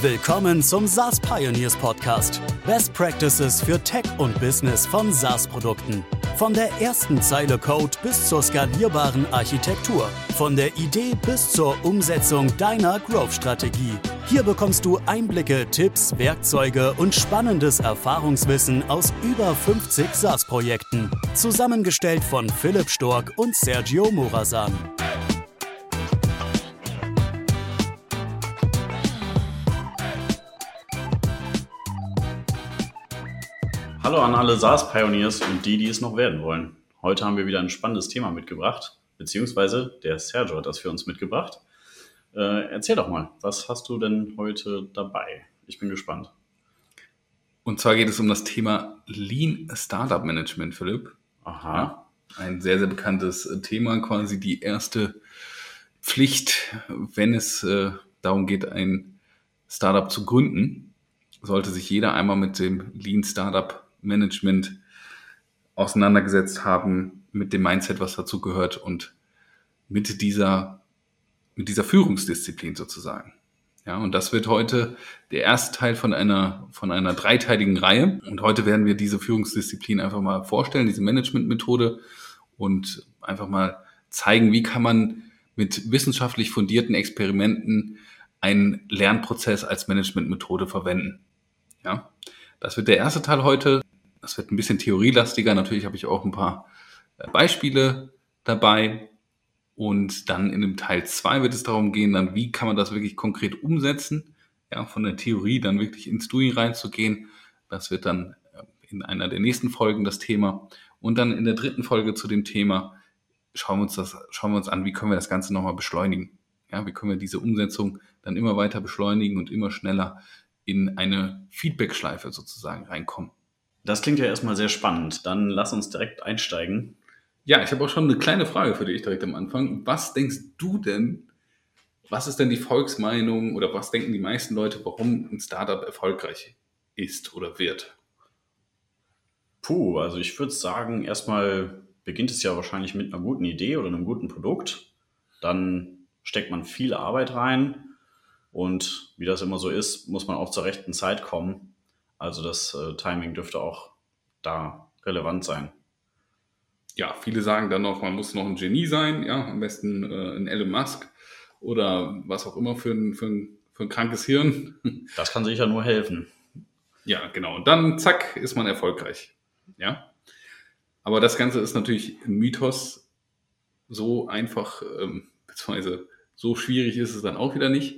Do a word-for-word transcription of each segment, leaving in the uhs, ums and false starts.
Willkommen zum SaaS Pioneers Podcast. Best Practices für Tech und Business von SaaS-Produkten. Von der ersten Zeile Code bis zur skalierbaren Architektur. Von der Idee bis zur Umsetzung deiner Growth-Strategie. Hier bekommst du Einblicke, Tipps, Werkzeuge und spannendes Erfahrungswissen aus über fünfzig SaaS-Projekten. Zusammengestellt von Philipp Stork und Sergio Morazan. Hallo an alle SaaS-Pioneers und die, die es noch werden wollen. Heute haben wir wieder ein spannendes Thema mitgebracht, beziehungsweise der Sergio hat das für uns mitgebracht. Äh, erzähl doch mal, was hast du denn heute dabei? Ich bin gespannt. Und zwar geht es um das Thema Lean Startup Management, Philipp. Aha. Ja, ein sehr, sehr bekanntes Thema, quasi die erste Pflicht, wenn es äh, darum geht, ein Startup zu gründen, sollte sich jeder einmal mit dem Lean Startup Management auseinandergesetzt haben, mit dem Mindset, was dazu gehört und mit dieser, mit dieser Führungsdisziplin sozusagen. Ja, und das wird heute der erste Teil von einer, von einer dreiteiligen Reihe. Und heute werden wir diese Führungsdisziplin einfach mal vorstellen, diese Managementmethode und einfach mal zeigen, wie kann man mit wissenschaftlich fundierten Experimenten einen Lernprozess als Managementmethode verwenden. Ja, das wird der erste Teil heute. Das wird ein bisschen theorielastiger. Natürlich habe ich auch ein paar Beispiele dabei. Und dann in dem Teil zwei wird es darum gehen, dann wie kann man das wirklich konkret umsetzen. Ja, von der Theorie dann wirklich ins Doing reinzugehen. Das wird dann in einer der nächsten Folgen das Thema. Und dann in der dritten Folge zu dem Thema schauen wir uns das, schauen wir uns an, wie können wir das Ganze nochmal beschleunigen. Ja, wie können wir diese Umsetzung dann immer weiter beschleunigen und immer schneller in eine Feedback-Schleife sozusagen reinkommen. Das klingt ja erstmal sehr spannend. Dann lass uns direkt einsteigen. Ja, ich habe auch schon eine kleine Frage für dich direkt am Anfang. Was denkst du denn, was ist denn die Volksmeinung oder was denken die meisten Leute, warum ein Startup erfolgreich ist oder wird? Puh, also ich würde sagen, erstmal beginnt es ja wahrscheinlich mit einer guten Idee oder einem guten Produkt. Dann steckt man viel Arbeit rein. Und wie das immer so ist, muss man auch zur rechten Zeit kommen. Also das äh, Timing dürfte auch da relevant sein. Ja, viele sagen dann noch, man muss noch ein Genie sein, ja, am besten äh, ein Elon Musk oder was auch immer für ein, für ein, für ein krankes Hirn. Das kann sicher nur helfen. Ja, genau. Und dann, zack, ist man erfolgreich. Ja. Aber das Ganze ist natürlich ein Mythos. So einfach, ähm, beziehungsweise so schwierig ist es dann auch wieder nicht.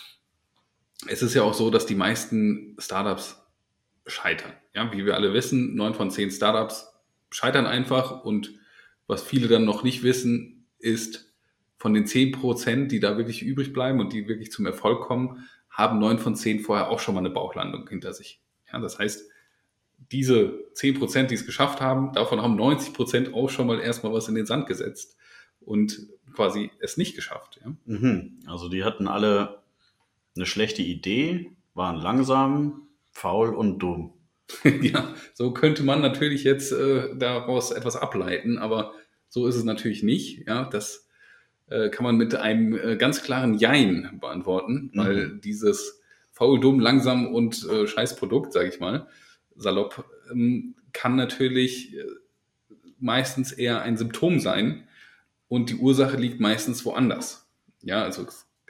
Es ist ja auch so, dass die meisten Startups scheitern. Ja, wie wir alle wissen, neun von zehn Startups scheitern einfach. Und was viele dann noch nicht wissen, ist, von den zehn Prozent, die da wirklich übrig bleiben und die wirklich zum Erfolg kommen, haben neun von zehn vorher auch schon mal eine Bauchlandung hinter sich. Ja, das heißt, diese zehn Prozent, die es geschafft haben, davon haben neunzig Prozent auch schon mal erstmal was in den Sand gesetzt und quasi es nicht geschafft. Ja? Mhm. Also die hatten alle eine schlechte Idee, waren langsam, faul und dumm. Ja, so könnte man natürlich jetzt äh, daraus etwas ableiten, aber so ist es natürlich nicht. Ja, das äh, kann man mit einem äh, ganz klaren Jein beantworten, mhm. weil dieses faul, dumm, langsam und äh, Scheißprodukt, sage ich mal, salopp, ähm, kann natürlich äh, meistens eher ein Symptom sein und die Ursache liegt meistens woanders. Ja, also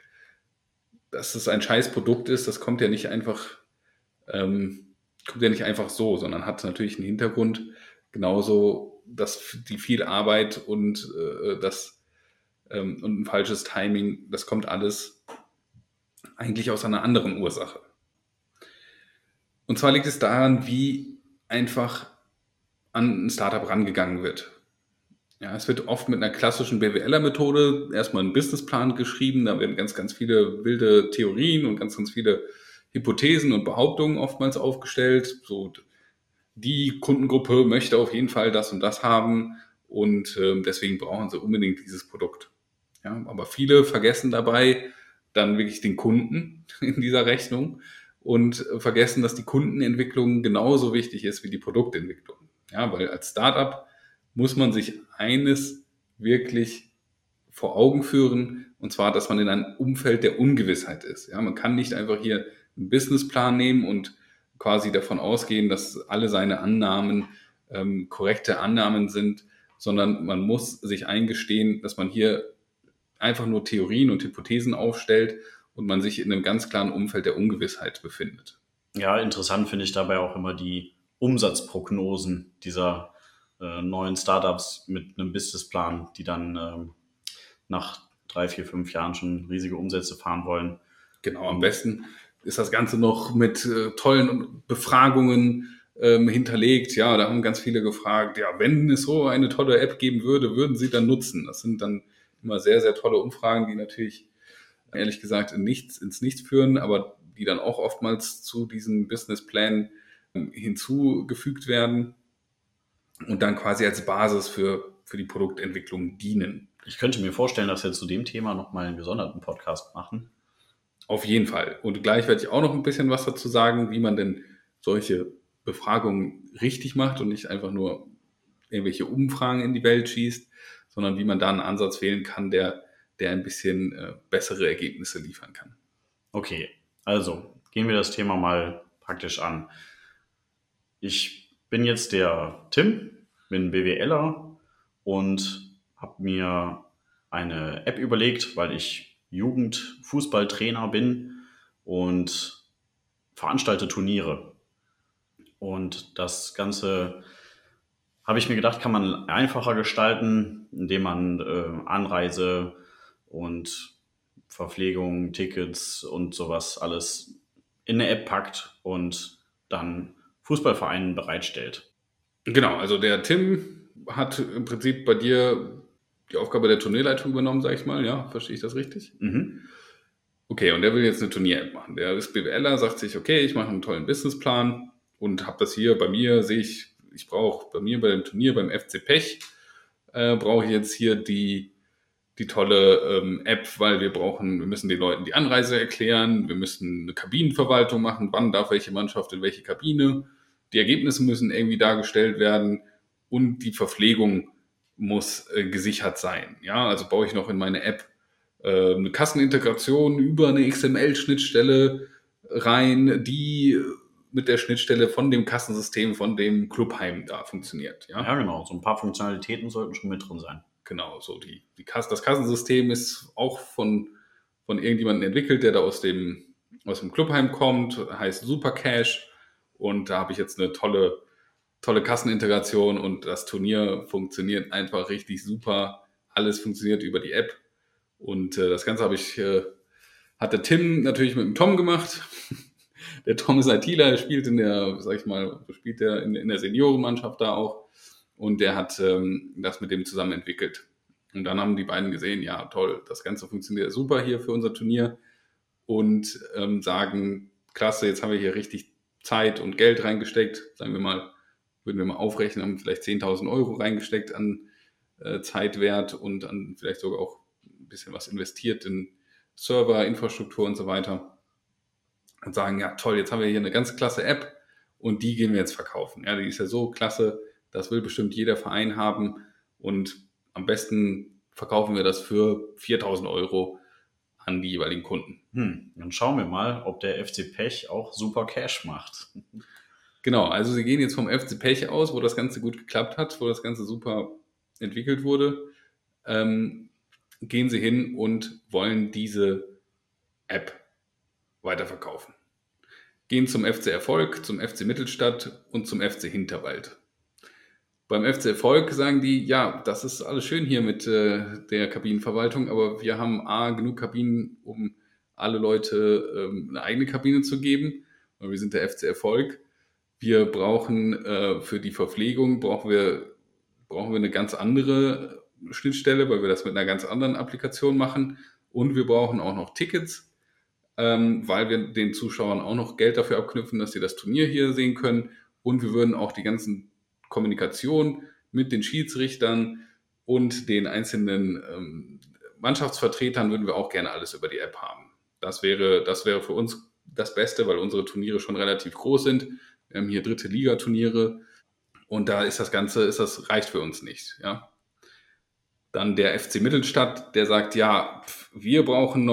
dass es ein Scheißprodukt ist, das kommt ja nicht einfach, ähm, kommt ja nicht einfach so, sondern hat natürlich einen Hintergrund, genauso dass die viel Arbeit und äh, das ähm, und ein falsches Timing, das kommt alles eigentlich aus einer anderen Ursache. Und zwar liegt es daran, wie einfach an ein Startup rangegangen wird. Ja, es wird oft mit einer klassischen B W L-Methode erstmal ein Businessplan geschrieben, da werden ganz, ganz viele wilde Theorien und ganz, ganz viele Hypothesen und Behauptungen oftmals aufgestellt. So, die Kundengruppe möchte auf jeden Fall das und das haben und äh, deswegen brauchen sie unbedingt dieses Produkt. Ja, aber viele vergessen dabei dann wirklich den Kunden in dieser Rechnung und vergessen, dass die Kundenentwicklung genauso wichtig ist wie die Produktentwicklung. Ja, weil als Startup muss man sich eines wirklich vor Augen führen, und zwar, dass man in einem Umfeld der Ungewissheit ist. Ja, man kann nicht einfach hier einen Businessplan nehmen und quasi davon ausgehen, dass alle seine Annahmen ähm, korrekte Annahmen sind, sondern man muss sich eingestehen, dass man hier einfach nur Theorien und Hypothesen aufstellt und man sich in einem ganz klaren Umfeld der Ungewissheit befindet. Ja, interessant finde ich dabei auch immer die Umsatzprognosen dieser äh, neuen Startups mit einem Businessplan, die dann ähm, nach drei, vier, fünf Jahren schon riesige Umsätze fahren wollen. Genau, am besten ist das Ganze noch mit äh, tollen Befragungen ähm, hinterlegt. Ja, da haben ganz viele gefragt, ja, wenn es so eine tolle App geben würde, würden sie dann nutzen? Das sind dann immer sehr, sehr tolle Umfragen, die natürlich ehrlich gesagt in nichts, ins Nichts führen, aber die dann auch oftmals zu diesem Businessplan ähm, hinzugefügt werden und dann quasi als Basis für, für die Produktentwicklung dienen. Ich könnte mir vorstellen, dass wir zu dem Thema nochmal einen gesonderten Podcast machen. Auf jeden Fall. Und gleich werde ich auch noch ein bisschen was dazu sagen, wie man denn solche Befragungen richtig macht und nicht einfach nur irgendwelche Umfragen in die Welt schießt, sondern wie man da einen Ansatz wählen kann, der, der ein bisschen äh, bessere Ergebnisse liefern kann. Okay, also gehen wir das Thema mal praktisch an. Ich bin jetzt der Tim, bin BWLer und habe mir eine App überlegt, weil ich Jugendfußballtrainer bin und veranstalte Turniere. Und das Ganze habe ich mir gedacht, kann man einfacher gestalten, indem man äh, Anreise und Verpflegung, Tickets und sowas alles in eine App packt und dann Fußballvereinen bereitstellt. Genau, also der Tim hat im Prinzip bei dir die Aufgabe der Turnierleitung übernommen, sage ich mal. Ja, verstehe ich das richtig? Mhm. Okay, und der will jetzt eine Turnier-App machen. Der ist BWLer, sagt sich, okay, ich mache einen tollen Businessplan und habe das hier bei mir, sehe ich, ich brauche bei mir bei dem Turnier, beim F C Pech, äh, brauche ich jetzt hier die, die tolle ähm, App, weil wir brauchen, wir müssen den Leuten die Anreise erklären, wir müssen eine Kabinenverwaltung machen, wann darf welche Mannschaft in welche Kabine, die Ergebnisse müssen irgendwie dargestellt werden und die Verpflegung muss äh, gesichert sein. Ja, also baue ich noch in meine App äh, eine Kassenintegration über eine X M L-Schnittstelle rein, die mit der Schnittstelle von dem Kassensystem von dem Clubheim da funktioniert. Ja, Ja, genau. So ein paar Funktionalitäten sollten schon mit drin sein. genau. So die, die Kass, das Kassensystem ist auch von, von irgendjemandem entwickelt, der da aus dem, aus dem Clubheim kommt, heißt Supercash. Und da habe ich jetzt eine tolle, tolle Kassenintegration und das Turnier funktioniert einfach richtig super. Alles funktioniert über die App. Und äh, das Ganze habe ich, äh, hat der Tim natürlich mit dem Tom gemacht. Der Tom ist ITler, der spielt in der, sag ich mal, spielt der in, in der Seniorenmannschaft da auch. Und der hat ähm, das mit dem zusammen entwickelt. Und dann haben die beiden gesehen, ja toll, das Ganze funktioniert super hier für unser Turnier. Und ähm, sagen, klasse, jetzt haben wir hier richtig Zeit und Geld reingesteckt. Sagen wir mal, würden wir mal aufrechnen, haben vielleicht zehntausend Euro reingesteckt an äh, Zeitwert und an vielleicht sogar auch ein bisschen was investiert in Server, Infrastruktur und so weiter. Und sagen, ja toll, jetzt haben wir hier eine ganz klasse App und die gehen wir jetzt verkaufen. Ja, die ist ja so klasse, das will bestimmt jeder Verein haben und am besten verkaufen wir das für viertausend Euro an die jeweiligen Kunden. Hm, dann schauen wir mal, ob der F C Pech auch super Cash macht. Genau, also sie gehen jetzt vom F C Pech aus, wo das Ganze gut geklappt hat, wo das Ganze super entwickelt wurde, ähm, gehen sie hin und wollen diese App weiterverkaufen. Gehen zum F C Erfolg, zum F C Mittelstadt und zum F C Hinterwald. Beim F C Erfolg sagen die, ja, das ist alles schön hier mit äh, der Kabinenverwaltung, aber wir haben A, genug Kabinen, um alle Leute ähm, eine eigene Kabine zu geben, weil wir sind der F C Erfolg. Wir brauchen äh, für die Verpflegung, brauchen wir, brauchen wir eine ganz andere Schnittstelle, weil wir das mit einer ganz anderen Applikation machen und wir brauchen auch noch Tickets, ähm, weil wir den Zuschauern auch noch Geld dafür abknüpfen, dass sie das Turnier hier sehen können und wir würden auch die ganzen Kommunikation mit den Schiedsrichtern und den einzelnen ähm, Mannschaftsvertretern würden wir auch gerne alles über die App haben. Das wäre, das wäre für uns das Beste, weil unsere Turniere schon relativ groß sind. Wir haben hier dritte Liga-Turniere und da ist das Ganze, ist das reicht für uns nicht. Ja. Dann der F C Mittelstadt, der sagt, ja, wir brauchen noch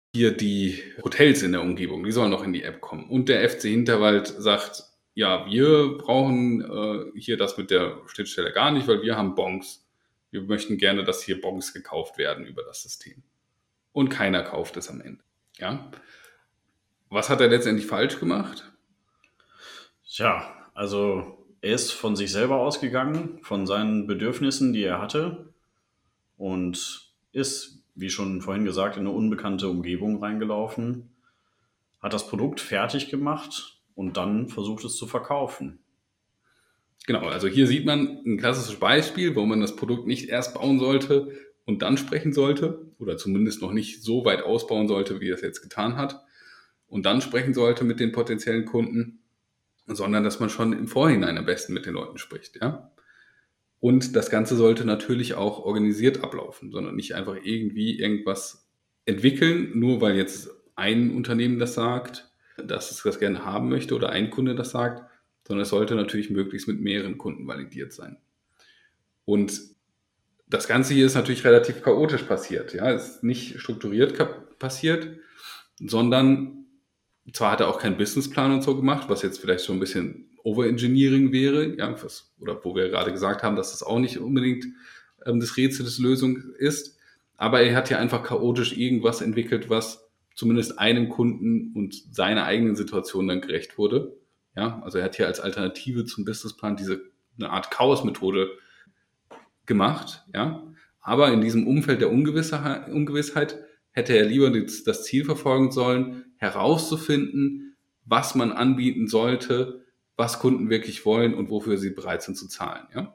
hier die Hotels in der Umgebung, die sollen noch in die App kommen. Und der F C Hinterwald sagt, ja, wir brauchen äh, hier das mit der Schnittstelle gar nicht, weil wir haben Bons. Wir möchten gerne, dass hier Bons gekauft werden über das System. Und keiner kauft es am Ende. Ja? Was hat er letztendlich falsch gemacht? Tja, also er ist von sich selber ausgegangen, von seinen Bedürfnissen, die er hatte, und ist, wie schon vorhin gesagt, in eine unbekannte Umgebung reingelaufen, hat das Produkt fertig gemacht und dann versucht es zu verkaufen. Genau, also hier sieht man ein klassisches Beispiel, wo man das Produkt nicht erst bauen sollte und dann sprechen sollte oder zumindest noch nicht so weit ausbauen sollte, wie er es jetzt getan hat und dann sprechen sollte mit den potenziellen Kunden, sondern dass man schon im Vorhinein am besten mit den Leuten spricht, ja. Und das Ganze sollte natürlich auch organisiert ablaufen, sondern nicht einfach irgendwie irgendwas entwickeln, nur weil jetzt ein Unternehmen das sagt, dass es das gerne haben möchte oder ein Kunde das sagt, sondern es sollte natürlich möglichst mit mehreren Kunden validiert sein. Und das Ganze hier ist natürlich relativ chaotisch passiert. Ja, es ist nicht strukturiert passiert, sondern zwar hat er auch keinen Businessplan und so gemacht, was jetzt vielleicht schon ein bisschen Overengineering wäre, ja, was, oder wo wir gerade gesagt haben, dass das auch nicht unbedingt ähm, das Rätsel des Lösung ist, aber er hat ja einfach chaotisch irgendwas entwickelt, was zumindest einem Kunden und seiner eigenen Situation dann gerecht wurde. Ja, also er hat hier als Alternative zum Businessplan diese eine Art Chaos-Methode gemacht, ja, aber in diesem Umfeld der Ungewissheit, Ungewissheit hätte er lieber das Ziel verfolgen sollen, herauszufinden, was man anbieten sollte, was Kunden wirklich wollen und wofür sie bereit sind zu zahlen. Ja?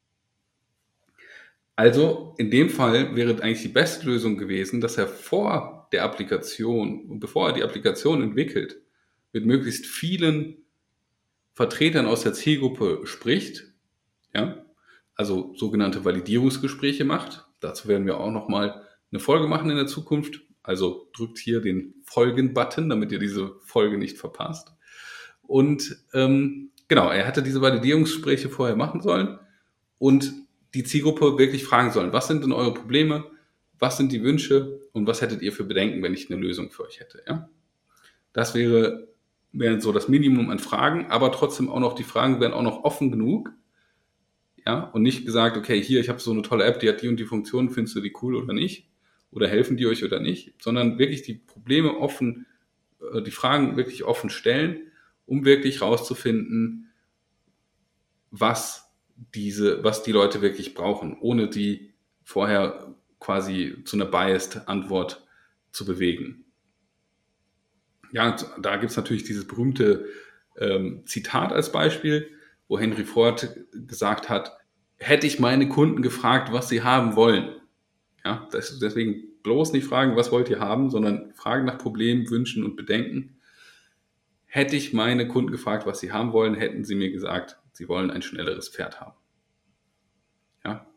Also in dem Fall wäre eigentlich die beste Lösung gewesen, dass er vor der Applikation und bevor er die Applikation entwickelt, mit möglichst vielen Vertretern aus der Zielgruppe spricht, ja? Also sogenannte Validierungsgespräche macht. Dazu werden wir auch nochmal eine Folge machen in der Zukunft. Also drückt hier den Folgen-Button, damit ihr diese Folge nicht verpasst. Und ähm, genau, er hatte diese Validierungsgespräche vorher machen sollen und die Zielgruppe wirklich fragen sollen, was sind denn eure Probleme, was sind die Wünsche und was hättet ihr für Bedenken, wenn ich eine Lösung für euch hätte. Ja? Das wäre, wäre so das Minimum an Fragen, aber trotzdem auch noch, die Fragen wären auch noch offen genug. Ja, und nicht gesagt, okay, hier, ich habe so eine tolle App, die hat die und die Funktionen, findest du die cool oder nicht? Oder helfen die euch oder nicht? Sondern wirklich die Probleme offen, die Fragen wirklich offen stellen, um wirklich rauszufinden, was diese, was die Leute wirklich brauchen, ohne die vorher quasi zu einer biased Antwort zu bewegen. Ja, da gibt es natürlich dieses berühmte ähm, Zitat als Beispiel, wo Henry Ford gesagt hat, hätte ich meine Kunden gefragt, was sie haben wollen. Ja, das, deswegen bloß nicht fragen, was wollt ihr haben, sondern fragen nach Problemen, Wünschen und Bedenken. Hätte ich meine Kunden gefragt, was sie haben wollen, hätten sie mir gesagt, sie wollen ein schnelleres Pferd haben. Ja,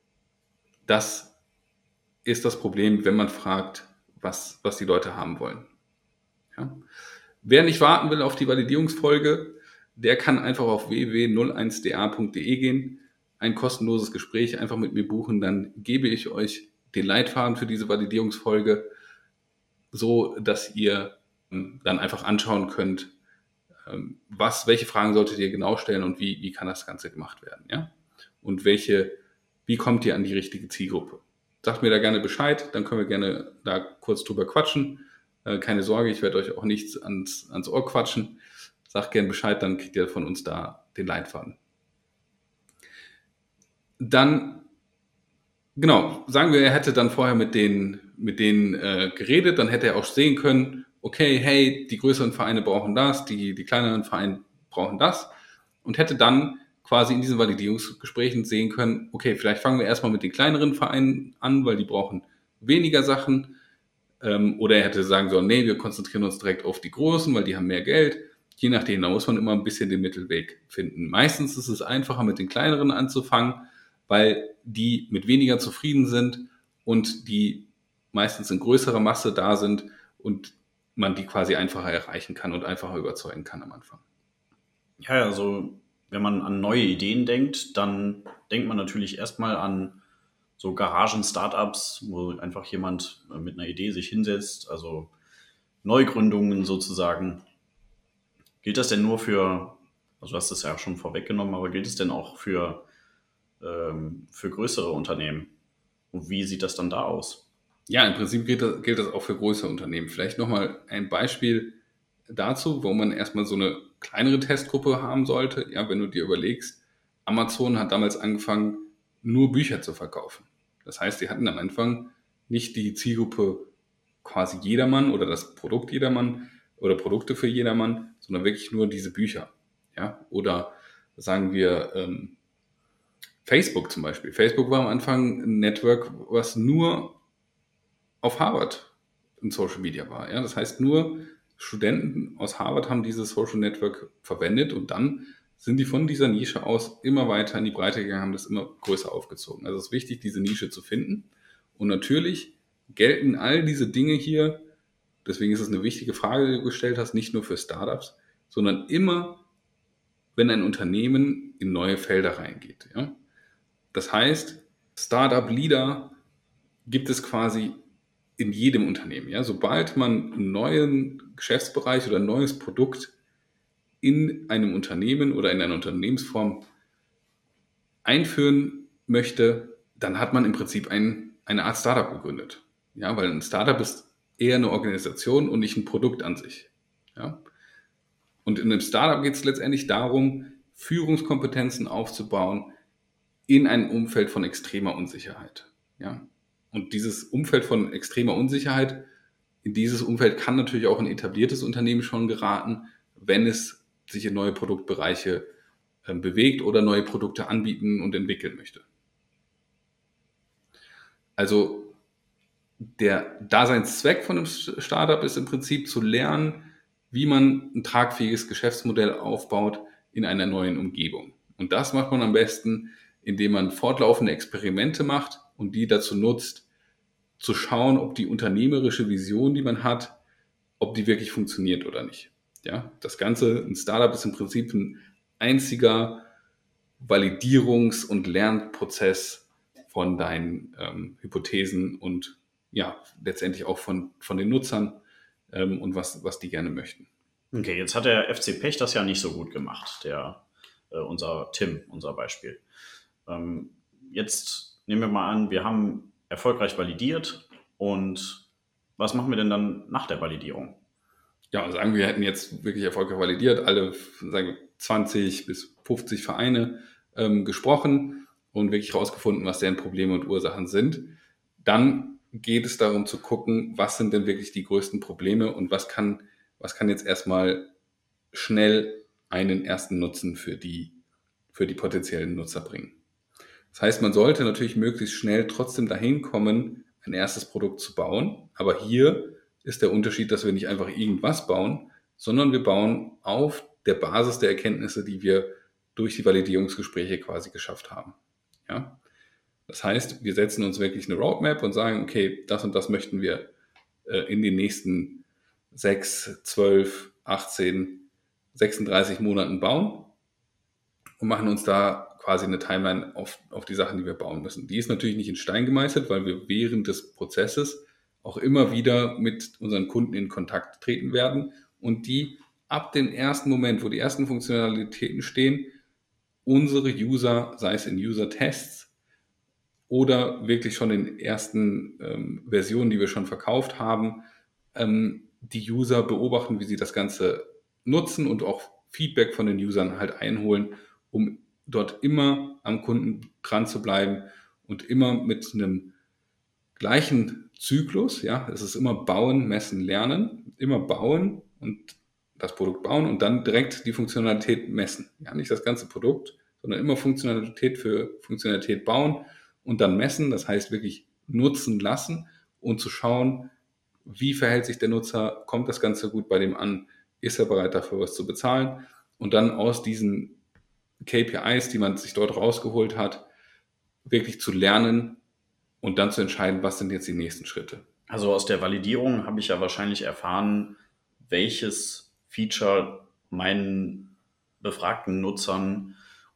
das ist das Problem, wenn man fragt, was, was die Leute haben wollen. Ja. Wer nicht warten will auf die Validierungsfolge, der kann einfach auf w w w punkt null eins d a punkt d e gehen, ein kostenloses Gespräch einfach mit mir buchen, dann gebe ich euch den Leitfaden für diese Validierungsfolge, so dass ihr dann einfach anschauen könnt, was, welche Fragen solltet ihr genau stellen und wie, wie kann das Ganze gemacht werden, ja? Und welche, wie kommt ihr an die richtige Zielgruppe? Sagt mir da gerne Bescheid, dann können wir gerne da kurz drüber quatschen. Keine Sorge, ich werde euch auch nichts ans, ans Ohr quatschen. Sagt gerne Bescheid, dann kriegt ihr von uns da den Leitfaden. Dann, genau, sagen wir, er hätte dann vorher mit denen, mit denen äh, geredet, dann hätte er auch sehen können, okay, hey, die größeren Vereine brauchen das, die, die kleineren Vereine brauchen das und hätte dann quasi in diesen Validierungsgesprächen sehen können, okay, vielleicht fangen wir erstmal mit den kleineren Vereinen an, weil die brauchen weniger Sachen, ähm, oder er hätte sagen sollen, nee, wir konzentrieren uns direkt auf die Großen, weil die haben mehr Geld. Je nachdem, da muss man immer ein bisschen den Mittelweg finden. Meistens ist es einfacher, mit den kleineren anzufangen, weil die mit weniger zufrieden sind und die meistens in größerer Masse da sind und man die quasi einfacher erreichen kann und einfacher überzeugen kann am Anfang. Ja, also wenn man an neue Ideen denkt, dann denkt man natürlich erstmal an so Garagen-Startups, wo einfach jemand mit einer Idee sich hinsetzt, also Neugründungen sozusagen. Gilt das denn nur für, also du hast es ja schon vorweggenommen, aber gilt es denn auch für, ähm, für größere Unternehmen? Und wie sieht das dann da aus? Ja, im Prinzip gilt das, gilt das auch für größere Unternehmen. Vielleicht nochmal ein Beispiel dazu, wo man erstmal so eine kleinere Testgruppe haben sollte. Ja, wenn du dir überlegst, Amazon hat damals angefangen, nur Bücher zu verkaufen. Das heißt, die hatten am Anfang nicht die Zielgruppe quasi jedermann oder das Produkt jedermann oder Produkte für jedermann, sondern wirklich nur diese Bücher. Ja, oder sagen wir ähm, Facebook zum Beispiel. Facebook war am Anfang ein Network, was nur auf Harvard in Social Media war. Ja? Das heißt, nur Studenten aus Harvard haben dieses Social Network verwendet und dann sind die von dieser Nische aus immer weiter in die Breite gegangen, haben das immer größer aufgezogen. Also es ist wichtig, diese Nische zu finden. Und natürlich gelten all diese Dinge hier, deswegen ist es eine wichtige Frage, die du gestellt hast, nicht nur für Startups, sondern immer, wenn ein Unternehmen in neue Felder reingeht. Ja? Das heißt, Startup-Leader gibt es quasi in jedem Unternehmen. Ja? Sobald man einen neuen Geschäftsbereich oder ein neues Produkt in einem Unternehmen oder in einer Unternehmensform einführen möchte, dann hat man im Prinzip ein, eine Art Startup gegründet. Ja? Weil ein Startup ist eher eine Organisation und nicht ein Produkt an sich. Ja? Und in einem Startup geht es letztendlich darum, Führungskompetenzen aufzubauen in einem Umfeld von extremer Unsicherheit. Ja? Und dieses Umfeld von extremer Unsicherheit, in dieses Umfeld kann natürlich auch ein etabliertes Unternehmen schon geraten, wenn es sich in neue Produktbereiche äh, bewegt oder neue Produkte anbieten und entwickeln möchte. Also der Daseinszweck von einem Startup ist im Prinzip zu lernen, wie man ein tragfähiges Geschäftsmodell aufbaut in einer neuen Umgebung. Und das macht man am besten, indem man fortlaufende Experimente macht und die dazu nutzt, zu schauen, ob die unternehmerische Vision, die man hat, ob die wirklich funktioniert oder nicht. Ja, das Ganze, ein Startup ist im Prinzip ein einziger Validierungs- und Lernprozess von deinen ähm, Hypothesen und ja, letztendlich auch von, von den Nutzern ähm, und was, was die gerne möchten. Okay, jetzt hat der F C Pech das ja nicht so gut gemacht, der, äh, unser Tim, unser Beispiel. Ähm, jetzt nehmen wir mal an, wir haben erfolgreich validiert und was machen wir denn dann nach der Validierung? Ja, sagen wir, hätten jetzt wirklich erfolgreich validiert, alle sagen wir, zwanzig bis fünfzig Vereine ähm, gesprochen und wirklich rausgefunden, was deren Probleme und Ursachen sind. Dann geht es darum zu gucken, was sind denn wirklich die größten Probleme und was kann, was kann jetzt erstmal schnell einen ersten Nutzen für die, für die potenziellen Nutzer bringen. Das heißt, man sollte natürlich möglichst schnell trotzdem dahin kommen, ein erstes Produkt zu bauen. Aber hier ist der Unterschied, dass wir nicht einfach irgendwas bauen, sondern wir bauen auf der Basis der Erkenntnisse, die wir durch die Validierungsgespräche quasi geschafft haben. Ja? Das heißt, wir setzen uns wirklich eine Roadmap und sagen, okay, das und das möchten wir äh, in den nächsten sechs, zwölf, achtzehn, sechsunddreißig Monaten bauen und machen uns da quasi eine Timeline auf, auf die Sachen, die wir bauen müssen. Die ist natürlich nicht in Stein gemeißelt, weil wir während des Prozesses auch immer wieder mit unseren Kunden in Kontakt treten werden und die ab dem ersten Moment, wo die ersten Funktionalitäten stehen, unsere User, sei es in User-Tests oder wirklich schon in ersten ähm, Versionen, die wir schon verkauft haben, ähm, die User beobachten, wie sie das Ganze nutzen und auch Feedback von den Usern halt einholen, um dort immer am Kunden dran zu bleiben und immer mit einem gleichen Zyklus, ja, es ist immer bauen, messen, lernen, immer bauen und das Produkt bauen und dann direkt die Funktionalität messen. Ja, nicht das ganze Produkt, sondern immer Funktionalität für Funktionalität bauen und dann messen, das heißt wirklich nutzen lassen und zu schauen, wie verhält sich der Nutzer, kommt das Ganze gut bei dem an, ist er bereit dafür was zu bezahlen und dann aus diesen K P Is, die man sich dort rausgeholt hat, wirklich zu lernen und dann zu entscheiden, was sind jetzt die nächsten Schritte. Also aus der Validierung habe ich ja wahrscheinlich erfahren, welches Feature meinen befragten Nutzern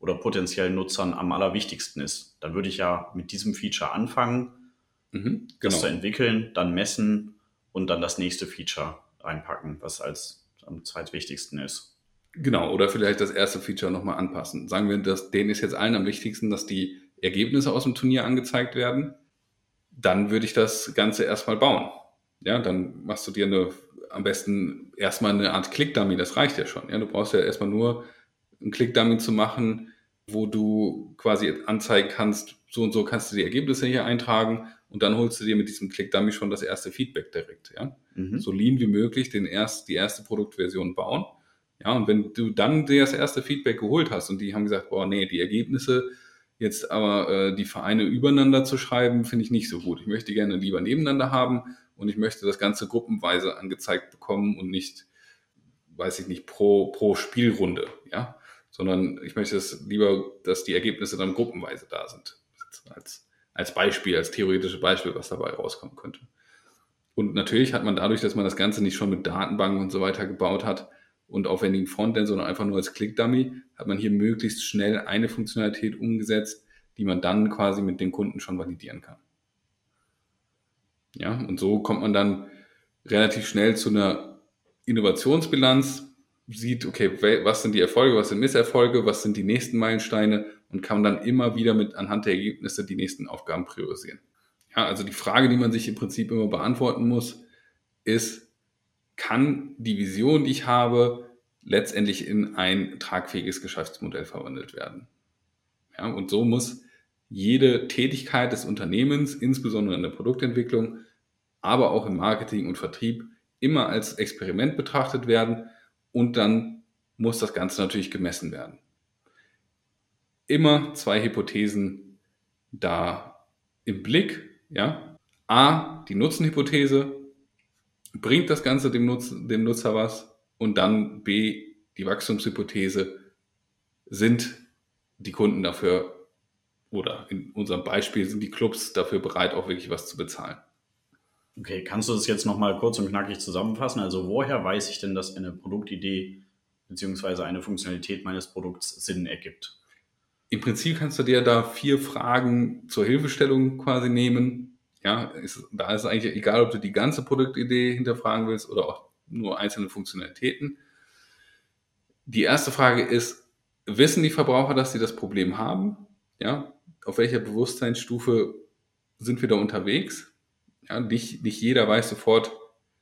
oder potenziellen Nutzern am allerwichtigsten ist. Dann würde ich ja mit diesem Feature anfangen, Mhm, das genau. zu entwickeln, dann messen und dann das nächste Feature reinpacken, was als am zweitwichtigsten ist. Genau, oder vielleicht das erste Feature nochmal anpassen. Sagen wir, dass denen ist jetzt allen am wichtigsten, dass die Ergebnisse aus dem Turnier angezeigt werden. Dann würde ich das Ganze erstmal bauen. Ja, dann machst du dir eine, am besten erstmal eine Art Click-Dummy, das reicht ja schon. Ja, du brauchst ja erstmal nur einen Click-Dummy zu machen, wo du quasi anzeigen kannst, so und so kannst du die Ergebnisse hier eintragen und dann holst du dir mit diesem Click-Dummy schon das erste Feedback direkt. Ja? Mhm. So lean wie möglich den erst, die erste Produktversion bauen. Ja, und wenn du dann dir das erste Feedback geholt hast und die haben gesagt, boah, nee, die Ergebnisse jetzt aber äh, die Vereine übereinander zu schreiben, finde ich nicht so gut. Ich möchte die gerne lieber nebeneinander haben und ich möchte das Ganze gruppenweise angezeigt bekommen und nicht, weiß ich nicht, pro, pro Spielrunde, ja, sondern ich möchte es lieber, dass die Ergebnisse dann gruppenweise da sind. Als, als Beispiel, als theoretisches Beispiel, was dabei rauskommen könnte. Und natürlich hat man dadurch, dass man das Ganze nicht schon mit Datenbanken und so weiter gebaut hat und aufwendigen Frontend, sondern einfach nur als Click-Dummy, hat man hier möglichst schnell eine Funktionalität umgesetzt, die man dann quasi mit den Kunden schon validieren kann. Ja, und so kommt man dann relativ schnell zu einer Innovationsbilanz, sieht, okay, was sind die Erfolge, was sind Misserfolge, was sind die nächsten Meilensteine und kann dann immer wieder mit anhand der Ergebnisse die nächsten Aufgaben priorisieren. Ja, also die Frage, die man sich im Prinzip immer beantworten muss, ist, kann die Vision, die ich habe, letztendlich in ein tragfähiges Geschäftsmodell verwandelt werden? Ja, und so muss jede Tätigkeit des Unternehmens, insbesondere in der Produktentwicklung, aber auch im Marketing und Vertrieb, immer als Experiment betrachtet werden und dann muss das Ganze natürlich gemessen werden. Immer zwei Hypothesen da im Blick. Ja? A, die Nutzenhypothese, bringt das Ganze dem, Nutz, dem Nutzer was? Und dann B, die Wachstumshypothese, sind die Kunden dafür, oder in unserem Beispiel sind die Clubs dafür bereit, auch wirklich was zu bezahlen. Okay, kannst du das jetzt nochmal kurz und knackig zusammenfassen? Also woher weiß ich denn, dass eine Produktidee bzw. eine Funktionalität meines Produkts Sinn ergibt? Im Prinzip kannst du dir da vier Fragen zur Hilfestellung quasi nehmen. Ja, ist, da ist eigentlich egal, ob du die ganze Produktidee hinterfragen willst oder auch nur einzelne Funktionalitäten. Die erste Frage ist, wissen die Verbraucher, dass sie das Problem haben? Ja, auf welcher Bewusstseinsstufe sind wir da unterwegs? Ja, nicht, nicht jeder weiß sofort,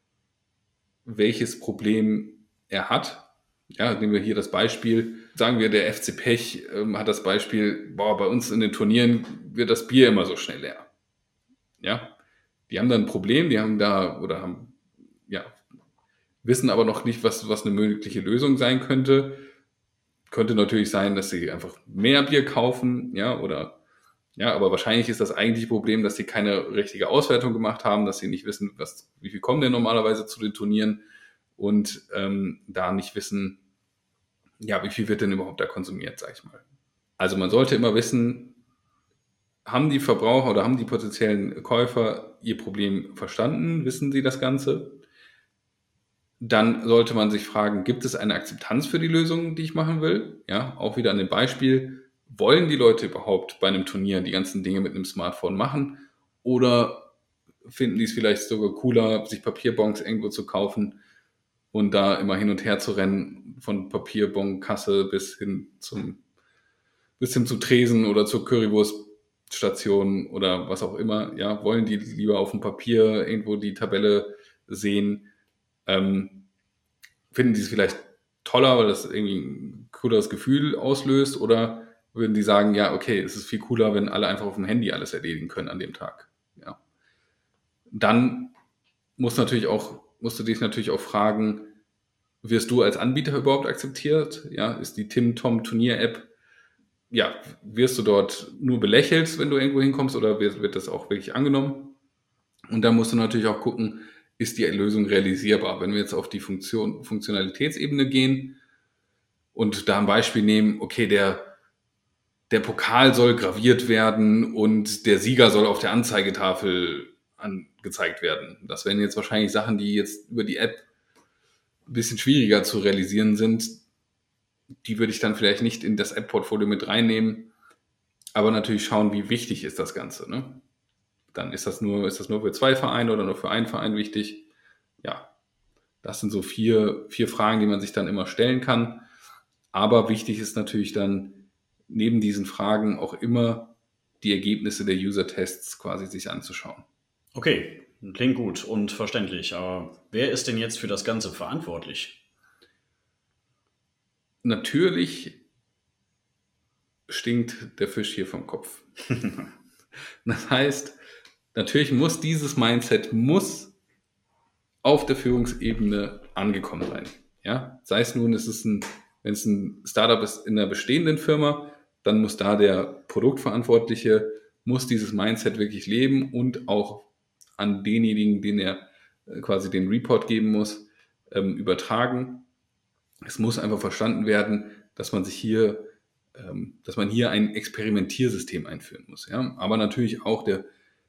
welches Problem er hat. Ja, nehmen wir hier das Beispiel, sagen wir, der F C Pech ähm, hat das Beispiel, boah, bei uns in den Turnieren wird das Bier immer so schnell leer. Ja, die haben da ein Problem, die haben da, oder haben, ja, wissen aber noch nicht, was, was eine mögliche Lösung sein könnte. Könnte natürlich sein, dass sie einfach mehr Bier kaufen, ja, oder, ja, aber wahrscheinlich ist das eigentliche Problem, dass sie keine richtige Auswertung gemacht haben, dass sie nicht wissen, was, wie viel kommen denn normalerweise zu den Turnieren und ähm, da nicht wissen, ja, wie viel wird denn überhaupt da konsumiert, sag ich mal. Also man sollte immer wissen, haben die Verbraucher oder haben die potenziellen Käufer ihr Problem verstanden? Wissen sie das Ganze? Dann sollte man sich fragen, gibt es eine Akzeptanz für die Lösung, die ich machen will? Ja, auch wieder an dem Beispiel, wollen die Leute überhaupt bei einem Turnier die ganzen Dinge mit einem Smartphone machen? Oder finden die es vielleicht sogar cooler, sich Papierbons irgendwo zu kaufen und da immer hin und her zu rennen, von Papierbonkasse bis hin zum, bis hin zu Tresen oder zur Currywurststation oder was auch immer. Ja, wollen die lieber auf dem Papier irgendwo die Tabelle sehen? Ähm, finden die es vielleicht toller, weil das irgendwie ein cooleres Gefühl auslöst, oder würden die sagen, ja, okay, es ist viel cooler, wenn alle einfach auf dem Handy alles erledigen können an dem Tag. Ja. Dann musst du natürlich auch, musst du dich natürlich auch fragen, wirst du als Anbieter überhaupt akzeptiert? Ja, ist die Tim-Tom-Turnier-App, ja, wirst du dort nur belächelt, wenn du irgendwo hinkommst, oder wird, wird das auch wirklich angenommen? Und dann musst du natürlich auch gucken, ist die Lösung realisierbar? Wenn wir jetzt auf die Funktion, Funktionalitätsebene gehen und da ein Beispiel nehmen, okay, der, der Pokal soll graviert werden und der Sieger soll auf der Anzeigetafel angezeigt werden. Das wären jetzt wahrscheinlich Sachen, die jetzt über die App ein bisschen schwieriger zu realisieren sind. die würde ich dann vielleicht nicht in das App-Portfolio mit reinnehmen, aber natürlich schauen, wie wichtig ist das Ganze. Ne? Dann ist das nur, ist das nur für zwei Vereine oder nur für einen Verein wichtig? Ja, das sind so vier, vier Fragen, die man sich dann immer stellen kann. Aber wichtig ist natürlich dann neben diesen Fragen auch immer die Ergebnisse der User-Tests quasi sich anzuschauen. Okay, klingt gut und verständlich. Aber wer ist denn jetzt für das Ganze verantwortlich? Natürlich stinkt der Fisch hier vom Kopf. Das heißt, natürlich muss dieses Mindset muss auf der Führungsebene angekommen sein. Ja? Sei es nun, es ist ein, wenn es ein Startup ist in einer bestehenden Firma, dann muss da der Produktverantwortliche muss dieses Mindset wirklich leben und auch an denjenigen, den er quasi den Report geben muss, ähm, übertragen. Es muss einfach verstanden werden, dass man sich hier, ähm, dass man hier ein Experimentiersystem einführen muss. Ja? Aber natürlich auch der,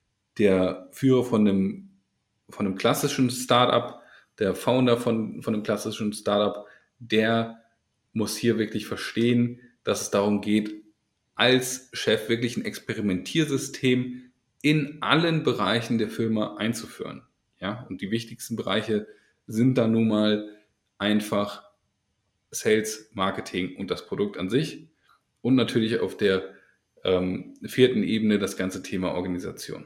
der Führer von einem, von einem klassischen Startup, der Founder von, von einem klassischen Startup, der muss hier wirklich verstehen, dass es darum geht, als Chef wirklich ein Experimentiersystem in allen Bereichen der Firma einzuführen. Ja? Und die wichtigsten Bereiche sind dann nun mal einfach Sales, Marketing und das Produkt an sich und natürlich auf der ähm, vierten Ebene das ganze Thema Organisation.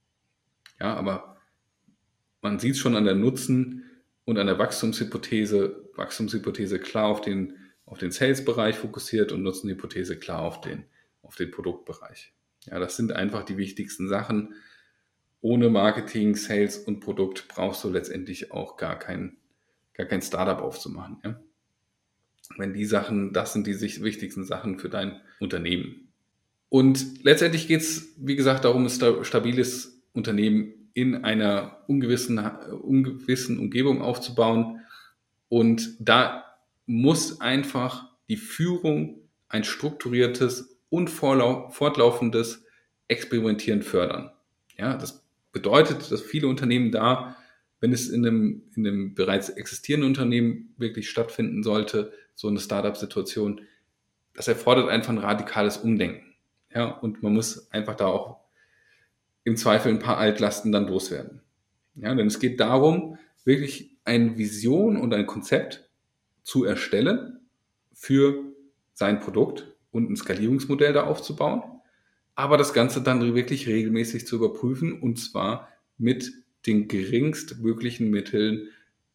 Ja, aber man sieht es schon an der Nutzen und an der Wachstumshypothese. Wachstumshypothese klar auf den, auf den Sales-Bereich fokussiert und Nutzenhypothese klar auf den, auf den Produktbereich. Ja, das sind einfach die wichtigsten Sachen. Ohne Marketing, Sales und Produkt brauchst du letztendlich auch gar kein, gar kein Startup aufzumachen. Ja? Wenn die Sachen, das sind die wichtigsten Sachen für dein Unternehmen. Und letztendlich geht es, wie gesagt, darum, ein stabiles Unternehmen in einer ungewissen, ungewissen Umgebung aufzubauen. Und da muss einfach die Führung ein strukturiertes und fortlaufendes Experimentieren fördern. Ja, das bedeutet, dass viele Unternehmen da, wenn es in einem, in einem bereits existierenden Unternehmen wirklich stattfinden sollte, so eine Startup-Situation, das erfordert einfach ein radikales Umdenken. Ja, und man muss einfach da auch im Zweifel ein paar Altlasten dann loswerden. Ja, denn es geht darum, wirklich eine Vision und ein Konzept zu erstellen für sein Produkt und ein Skalierungsmodell da aufzubauen, aber das Ganze dann wirklich regelmäßig zu überprüfen und zwar mit den geringstmöglichen Mitteln,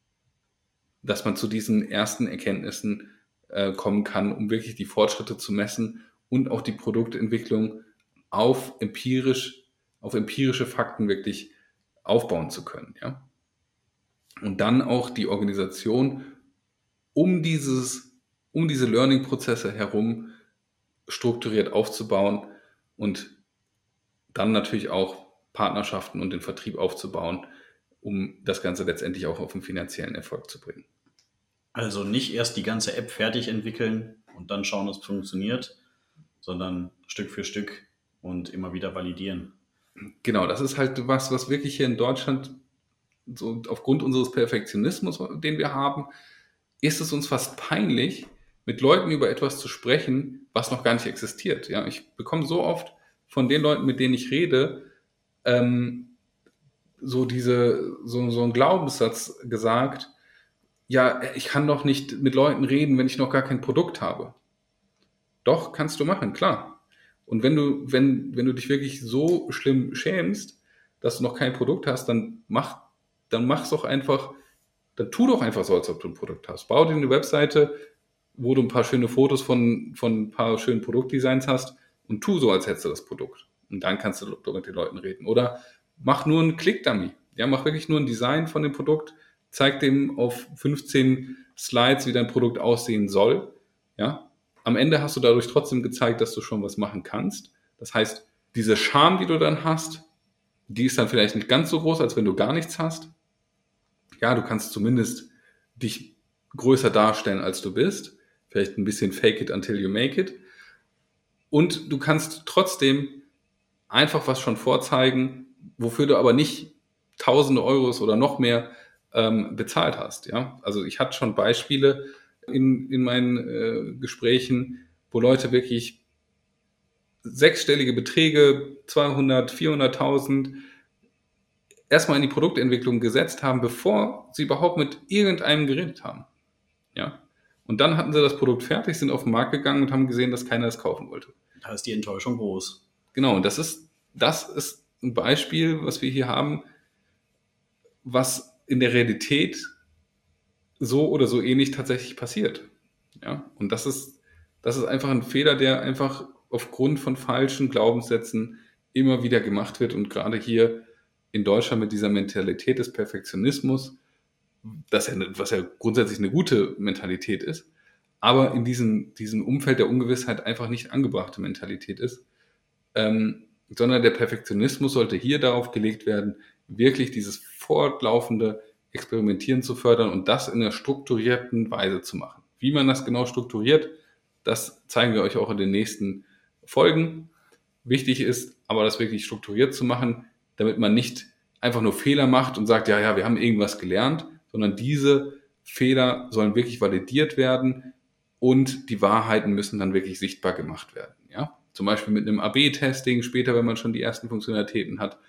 dass man zu diesen ersten Erkenntnissen äh, kommen kann, um wirklich die Fortschritte zu messen und auch die Produktentwicklung auf empirisch, auf empirische Fakten wirklich aufbauen zu können. Ja? Und dann auch die Organisation um dieses, um diese Learning-Prozesse herum strukturiert aufzubauen und dann natürlich auch Partnerschaften und den Vertrieb aufzubauen, um das Ganze letztendlich auch auf einen finanziellen Erfolg zu bringen. Also nicht erst die ganze App fertig entwickeln und dann schauen, ob es funktioniert, sondern Stück für Stück und immer wieder validieren. Genau, das ist halt was, was wirklich hier in Deutschland, so aufgrund unseres Perfektionismus, den wir haben, ist es uns fast peinlich, mit Leuten über etwas zu sprechen, was noch gar nicht existiert. Ja, ich bekomme so oft von den Leuten, mit denen ich rede, ähm, so diese, so, so ein Glaubenssatz gesagt, ja, ich kann doch nicht mit Leuten reden, wenn ich noch gar kein Produkt habe. Doch, kannst du machen, klar. Und wenn du, wenn, wenn du dich wirklich so schlimm schämst, dass du noch kein Produkt hast, dann mach, dann mach's doch einfach, dann tu doch einfach so, als ob du ein Produkt hast. Bau dir eine Webseite, wo du ein paar schöne Fotos von, von ein paar schönen Produktdesigns hast und tu so, als hättest du das Produkt. Und dann kannst du mit den Leuten reden. Oder mach nur einen Click-Dummy. Ja, mach wirklich nur ein Design von dem Produkt, zeig dem auf fünfzehn Slides, wie dein Produkt aussehen soll. Ja, am Ende hast du dadurch trotzdem gezeigt, dass du schon was machen kannst. Das heißt, diese Scham, die du dann hast, die ist dann vielleicht nicht ganz so groß, als wenn du gar nichts hast. Ja, du kannst zumindest dich größer darstellen, als du bist. Vielleicht ein bisschen fake it until you make it. Und du kannst trotzdem einfach was schon vorzeigen, wofür du aber nicht tausende Euros oder noch mehr ähm, bezahlt hast. Ja? Also ich hatte schon Beispiele in, in meinen äh, Gesprächen, wo Leute wirklich sechsstellige Beträge, zweihundert, vierhunderttausend, erstmal in die Produktentwicklung gesetzt haben, bevor sie überhaupt mit irgendeinem geredet haben. Ja. Und dann hatten sie das Produkt fertig, sind auf den Markt gegangen und haben gesehen, dass keiner es kaufen wollte. Da ist die Enttäuschung groß. Genau, und das ist, das ist ein Beispiel, was wir hier haben, was in der Realität so oder so ähnlich tatsächlich passiert. Ja. Und das ist, das ist einfach ein Fehler, der einfach aufgrund von falschen Glaubenssätzen immer wieder gemacht wird und gerade hier in Deutschland mit dieser Mentalität des Perfektionismus, das ja, was ja grundsätzlich eine gute Mentalität ist, aber in diesem, diesem Umfeld der Ungewissheit einfach nicht angebrachte Mentalität ist, ähm, sondern der Perfektionismus sollte hier darauf gelegt werden, wirklich dieses fortlaufende Experimentieren zu fördern und das in einer strukturierten Weise zu machen. Wie man das genau strukturiert, das zeigen wir euch auch in den nächsten Folgen. Wichtig ist aber, das wirklich strukturiert zu machen, damit man nicht einfach nur Fehler macht und sagt, ja, ja, wir haben irgendwas gelernt, sondern diese Fehler sollen wirklich validiert werden und die Wahrheiten müssen dann wirklich sichtbar gemacht werden. Ja? Zum Beispiel mit einem A B Testing, später, wenn man schon die ersten Funktionalitäten hat.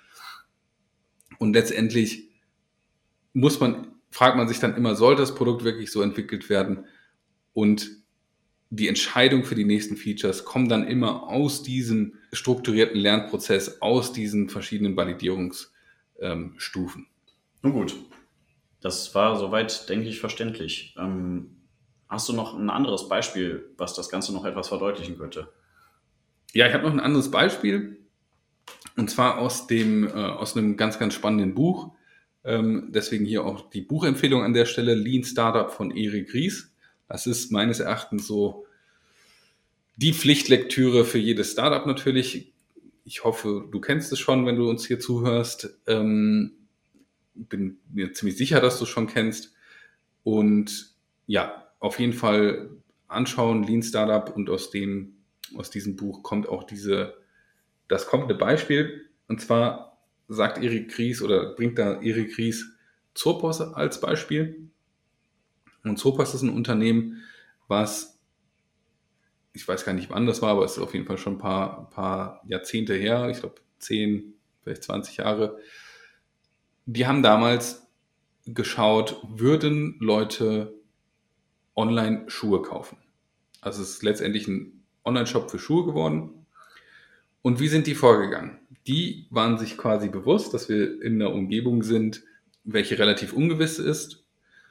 Und letztendlich muss man, fragt man sich dann immer, soll das Produkt wirklich so entwickelt werden? Und die Entscheidung für die nächsten Features kommt dann immer aus diesem strukturierten Lernprozess, aus diesen verschiedenen Validierungsstufen. Nun gut, das war soweit, denke ich, verständlich. Ähm, hast du noch ein anderes Beispiel, was das Ganze noch etwas verdeutlichen könnte? Ja, ich habe noch ein anderes Beispiel, und zwar aus dem äh, aus einem ganz, ganz spannenden Buch. Ähm, deswegen hier auch die Buchempfehlung an der Stelle, Lean Startup von Eric Ries. Das ist meines Erachtens so die Pflichtlektüre für jedes Startup natürlich. Ich hoffe, du kennst es schon, wenn du uns hier zuhörst. Ähm, bin mir ziemlich sicher, dass du es schon kennst. Und ja, auf jeden Fall anschauen, Lean Startup, und aus dem, aus diesem Buch kommt auch diese, das kommende Beispiel. Und zwar sagt Eric Ries oder bringt da Eric Ries Zappos als Beispiel. Und Zappos ist ein Unternehmen, was, ich weiß gar nicht wann das war, aber es ist auf jeden Fall schon ein paar, paar Jahrzehnte her, ich glaube zehn, vielleicht zwanzig Jahre. Die haben damals geschaut, würden Leute online Schuhe kaufen. Also es ist letztendlich ein Online-Shop für Schuhe geworden. Und wie sind die vorgegangen? Die waren sich quasi bewusst, dass wir in einer Umgebung sind, welche relativ ungewiss ist.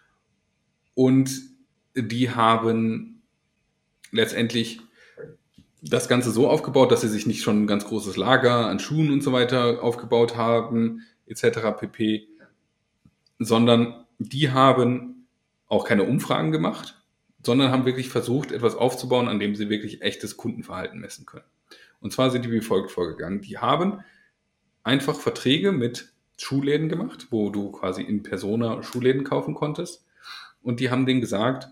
Und die haben letztendlich das Ganze so aufgebaut, dass sie sich nicht schon ein ganz großes Lager an Schuhen und so weiter aufgebaut haben, et cetera pp., sondern die haben auch keine Umfragen gemacht, sondern haben wirklich versucht, etwas aufzubauen, an dem sie wirklich echtes Kundenverhalten messen können. Und zwar sind die wie folgt vorgegangen. Die haben einfach Verträge mit Schuhläden gemacht, wo du quasi in Persona Schuhläden kaufen konntest. Und die haben denen gesagt,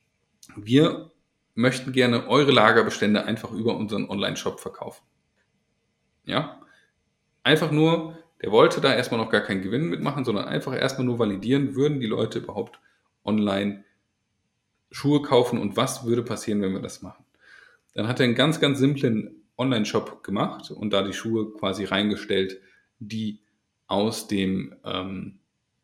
wir möchten gerne eure Lagerbestände einfach über unseren Online-Shop verkaufen. Ja? Einfach nur, der wollte da erstmal noch gar keinen Gewinn mitmachen, sondern einfach erstmal nur validieren, würden die Leute überhaupt online Schuhe kaufen und was würde passieren, wenn wir das machen. Dann hat er einen ganz, ganz simplen Online-Shop gemacht und da die Schuhe quasi reingestellt, die aus dem ähm,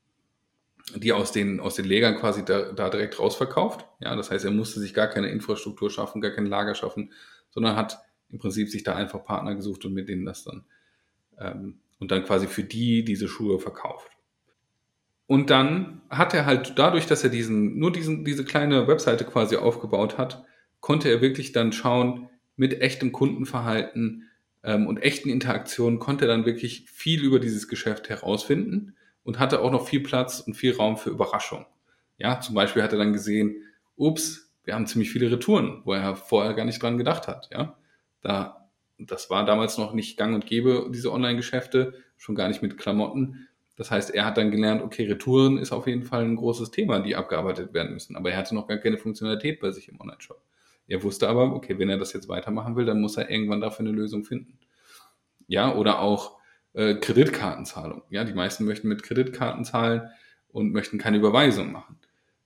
die aus den, aus den Lägern quasi da, da direkt rausverkauft. Ja, das heißt, er musste sich gar keine Infrastruktur schaffen, gar kein Lager schaffen, sondern hat im Prinzip sich da einfach Partner gesucht und mit denen das dann ähm, und dann quasi für die diese Schuhe verkauft. Und dann hat er halt dadurch, dass er diesen, nur diesen, diese kleine Webseite quasi aufgebaut hat, konnte er wirklich dann schauen, mit echtem Kundenverhalten ähm, und echten Interaktionen konnte er dann wirklich viel über dieses Geschäft herausfinden. Und hatte auch noch viel Platz und viel Raum für Überraschung. Ja, zum Beispiel hat er dann gesehen, ups, wir haben ziemlich viele Retouren, wo er vorher gar nicht dran gedacht hat. Ja, da, das war damals noch nicht gang und gäbe, diese Online-Geschäfte, schon gar nicht mit Klamotten. Das heißt, er hat dann gelernt, okay, Retouren ist auf jeden Fall ein großes Thema, die abgearbeitet werden müssen. Aber er hatte noch gar keine Funktionalität bei sich im Online-Shop. Er wusste aber, okay, wenn er das jetzt weitermachen will, dann muss er irgendwann dafür eine Lösung finden. Ja, oder auch Äh, Kreditkartenzahlung. Ja, die meisten möchten mit Kreditkarten zahlen und möchten keine Überweisung machen.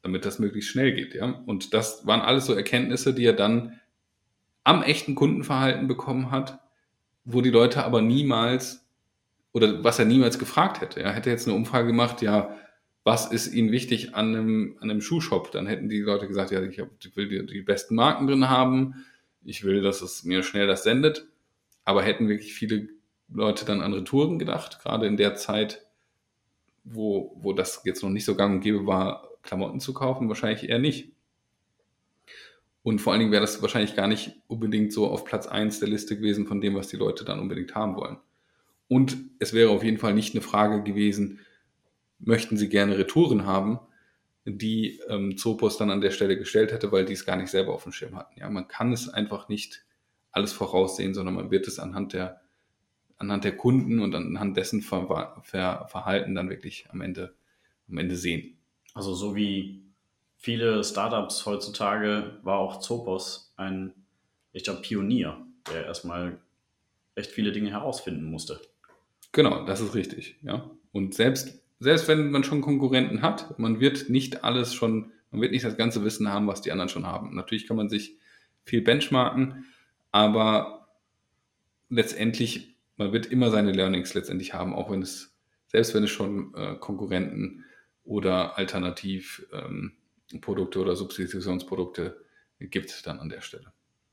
damit das möglichst schnell geht. Ja? Und das waren alles so Erkenntnisse, die er dann am echten Kundenverhalten bekommen hat, wo die Leute aber niemals, oder was er niemals gefragt hätte. Er hätte jetzt eine Umfrage gemacht, ja, was ist Ihnen wichtig an einem, an einem Schuhshop? Dann hätten die Leute gesagt, ja, ich, hab, ich will die, die besten Marken drin haben, ich will, dass es mir schnell das sendet. Aber hätten wirklich viele Leute dann an Retouren gedacht, gerade in der Zeit, wo, wo das jetzt noch nicht so gang und gäbe war, Klamotten zu kaufen? Wahrscheinlich eher nicht. Und vor allen Dingen wäre das wahrscheinlich gar nicht unbedingt so auf Platz eins der Liste gewesen von dem, was die Leute dann unbedingt haben wollen. Und es wäre auf jeden Fall nicht eine Frage gewesen, möchten Sie gerne Retouren haben, die ähm, Zopos dann an der Stelle gestellt hätte, weil die es gar nicht selber auf dem Schirm hatten. Ja, man kann es einfach nicht alles voraussehen, sondern man wird es anhand der, anhand der Kunden und anhand dessen Ver- Ver- Verhalten dann wirklich am Ende, am Ende sehen. Also so wie viele Startups heutzutage war auch Zopos ein echter Pionier, der erstmal echt viele Dinge herausfinden musste. Genau, das ist richtig. Ja. Und selbst, selbst wenn man schon Konkurrenten hat, man wird nicht alles schon, man wird nicht das ganze Wissen haben, was die anderen schon haben. Natürlich kann man sich viel benchmarken, aber letztendlich, man wird immer seine Learnings letztendlich haben, auch wenn es, selbst wenn es schon äh, Konkurrenten oder alternativ ähm, Produkte oder Substitutionsprodukte gibt dann an der Stelle.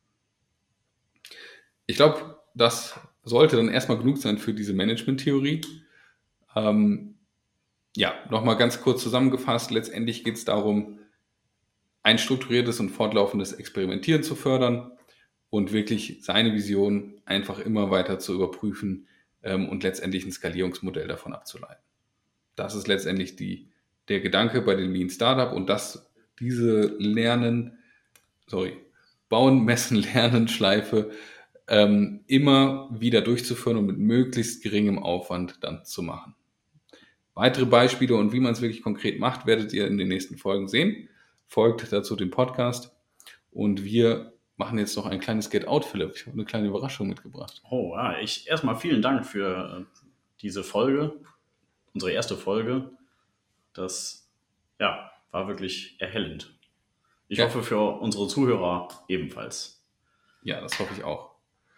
Ich glaube, das sollte dann erstmal genug sein für diese Management-Theorie. Ähm, ja, nochmal ganz kurz zusammengefasst. Letztendlich geht es darum, ein strukturiertes und fortlaufendes Experimentieren zu fördern und wirklich seine Vision einfach immer weiter zu überprüfen ähm, und letztendlich ein Skalierungsmodell davon abzuleiten. Das ist letztendlich die, der Gedanke bei den Lean Startup und das, diese Lernen, sorry, Bauen, Messen, Lernen, Schleife ähm, immer wieder durchzuführen und mit möglichst geringem Aufwand dann zu machen. Weitere Beispiele und wie man es wirklich konkret macht, werdet ihr in den nächsten Folgen sehen. Folgt dazu dem Podcast und wir machen jetzt noch ein kleines Get-Out, Philipp. Ich habe eine kleine Überraschung mitgebracht. Oh, ja, ich erstmal vielen Dank für äh, diese Folge, unsere erste Folge. Das ja, war wirklich erhellend. Ich Ja. hoffe für unsere Zuhörer ebenfalls. Ja, das hoffe ich auch.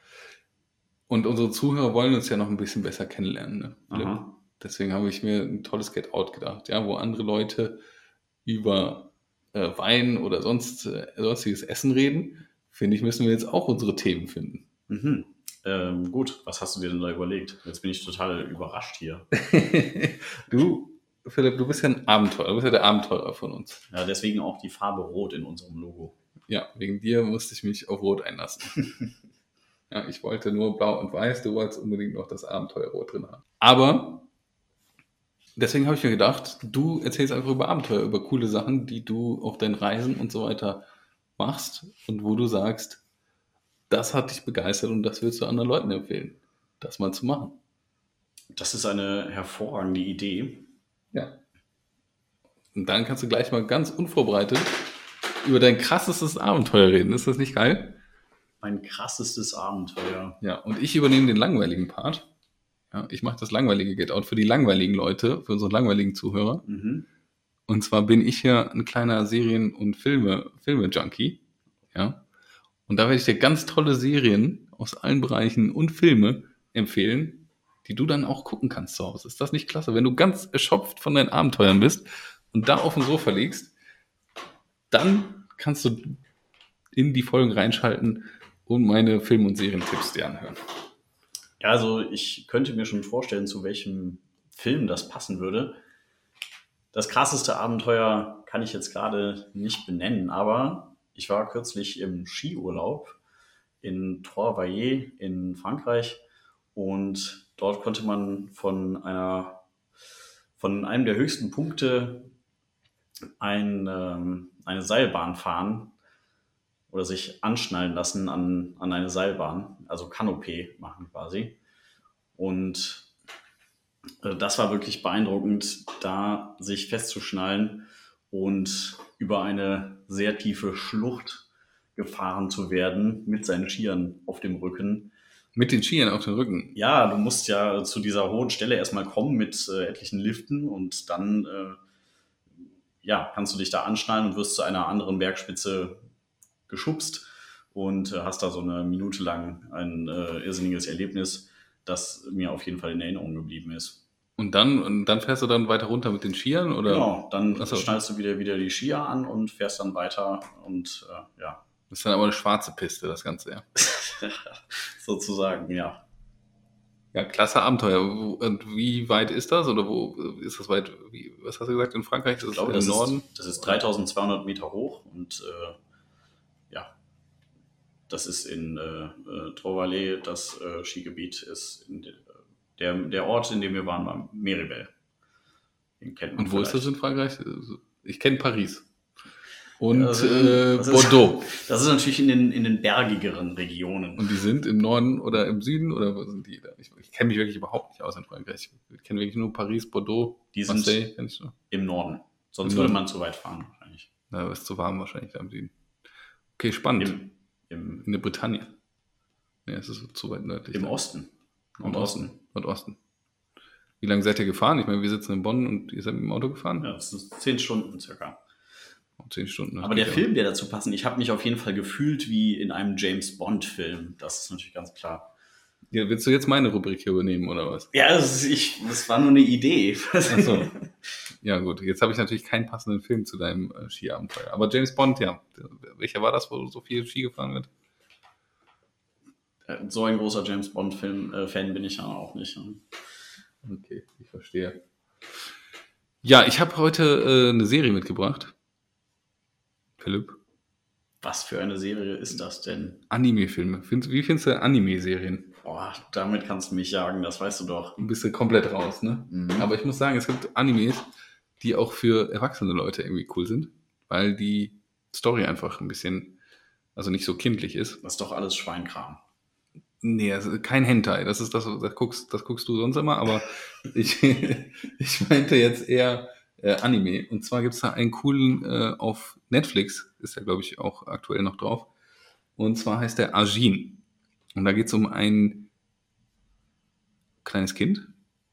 Und unsere Zuhörer wollen uns ja noch ein bisschen besser kennenlernen. Ne, Philipp? Aha. Deswegen habe ich mir ein tolles Get-Out gedacht, ja, wo andere Leute über äh, Wein oder sonst, äh, sonstiges Essen reden, finde ich, müssen wir jetzt auch unsere Themen finden. Mhm. Ähm, gut, was hast du dir denn da überlegt? Jetzt bin ich total überrascht hier. Du, Philipp, du bist ja ein Abenteurer, du bist ja der Abenteurer von uns. Ja, deswegen auch die Farbe Rot in unserem Logo. Ja, wegen dir musste ich mich auf Rot einlassen. Ja, ich wollte nur Blau und Weiß, du wolltest unbedingt noch das Abenteuerrot drin haben. Aber deswegen habe ich mir gedacht, du erzählst einfach über Abenteuer, über coole Sachen, die du auf deinen Reisen und so weiter machst und wo du sagst, das hat dich begeistert und das willst du anderen Leuten empfehlen, das mal zu machen. Das ist eine hervorragende Idee. Ja. Und dann kannst du gleich mal ganz unvorbereitet über dein krassestes Abenteuer reden. Ist das nicht geil? Mein krassestes Abenteuer. Ja, und ich übernehme den langweiligen Part. Ja, ich mache das langweilige Get-Out für die langweiligen Leute, für unsere langweiligen Zuhörer. Mhm. Und zwar bin ich ja ein kleiner Serien- und Filme, Filme-Junkie. Ja. Und da werde ich dir ganz tolle Serien aus allen Bereichen und Filme empfehlen, die du dann auch gucken kannst zu Hause. Ist das nicht klasse? Wenn du ganz erschöpft von deinen Abenteuern bist und da auf dem Sofa liegst, dann kannst du in die Folgen reinschalten und meine Film- und Serientipps dir anhören. Ja, also ich könnte mir schon vorstellen, zu welchem Film das passen würde. Das krasseste Abenteuer kann ich jetzt gerade nicht benennen, aber ich war kürzlich im Skiurlaub in Trois-Vallées in Frankreich und dort konnte man von einer von einem der höchsten Punkte ein, ähm, eine Seilbahn fahren oder sich anschnallen lassen an, an eine Seilbahn, also Kanopé machen quasi. Und äh, das war wirklich beeindruckend, da sich festzuschnallen und über eine sehr tiefe Schlucht gefahren zu werden mit seinen Skiern auf dem Rücken. Mit den Skiern auf dem Rücken. Ja, du musst ja zu dieser hohen Stelle erstmal kommen mit äh, etlichen Liften und dann äh, ja, kannst du dich da anschnallen und wirst zu einer anderen Bergspitze geschubst und äh, hast da so eine Minute lang ein äh, irrsinniges Erlebnis, das mir auf jeden Fall in Erinnerung geblieben ist. Und dann, und dann fährst du dann weiter runter mit den Skiern? Oder? Genau, dann Achso. schnallst du wieder, wieder die Skier an und fährst dann weiter und äh, ja. Das ist dann aber eine schwarze Piste, das Ganze, ja. Sozusagen, ja. Ja, klasse Abenteuer. Und wie weit ist das? Oder wo ist das weit? Wie, was hast du gesagt, in Frankreich? Das ich glaube, ist das im Norden? Ist, das ist dreitausendzweihundert Meter hoch und äh, ja, das ist in äh, Traux-Valais, das äh, Skigebiet ist in de, der, der Ort, in dem wir waren, war Méribel. Den kennt man Und wo vielleicht. ist das in Frankreich? Ich kenne Paris. Und also, äh, das Bordeaux. Ist, das ist natürlich in den, in den bergigeren Regionen. Und die sind im Norden oder im Süden? Oder wo sind die da? Ich, ich kenne mich wirklich überhaupt nicht aus in Frankreich. Ich kenne wirklich nur Paris, Bordeaux, die sind Marseille. Kenn ich nur. Im Norden. Sonst Im würde Norden. man zu weit fahren wahrscheinlich. Na, ist zu warm wahrscheinlich da im Süden. Okay, spannend. Im, im, in der Bretagne. Ja, es ist zu weit nördlich. Im Osten. Nordosten. Nordosten. Wie lange seid ihr gefahren? Ich meine, wir sitzen in Bonn und ihr seid mit dem Auto gefahren? Ja, das sind zehn Stunden circa. Zehn Stunden. Aber der Film, der dazu passt, ich habe mich auf jeden Fall gefühlt wie in einem James-Bond-Film. Das ist natürlich ganz klar. Ja, willst du jetzt meine Rubrik hier übernehmen, oder was? Ja, das, ist, ich, das war nur eine Idee. Ach so. Ja gut, jetzt habe ich natürlich keinen passenden Film zu deinem äh, Skiabenteuer. Aber James Bond, ja. Welcher war das, wo so viel Ski gefahren wird? So ein großer James-Bond-Film-Fan äh, bin ich ja auch nicht. Ne? Okay, ich verstehe. Ja, ich habe heute äh, eine Serie mitgebracht. Philipp? Was für eine Serie ist das denn? Anime-Filme. Wie findest du Anime-Serien? Boah, damit kannst du mich jagen, das weißt du doch. Du bist ja komplett raus, ne? Mhm. Aber ich muss sagen, es gibt Animes, die auch für erwachsene Leute irgendwie cool sind, weil die Story einfach ein bisschen, also nicht so kindlich ist. Das ist doch alles Schweinkram. Nee, also kein Hentai, das ist das, das guckst, das guckst du sonst immer, aber ich, ich meinte jetzt eher äh, Anime. Und zwar gibt's da einen coolen äh, auf Netflix, ist ja, glaube ich, auch aktuell noch drauf. Und zwar heißt der Ajin. Und da geht's um ein kleines Kind,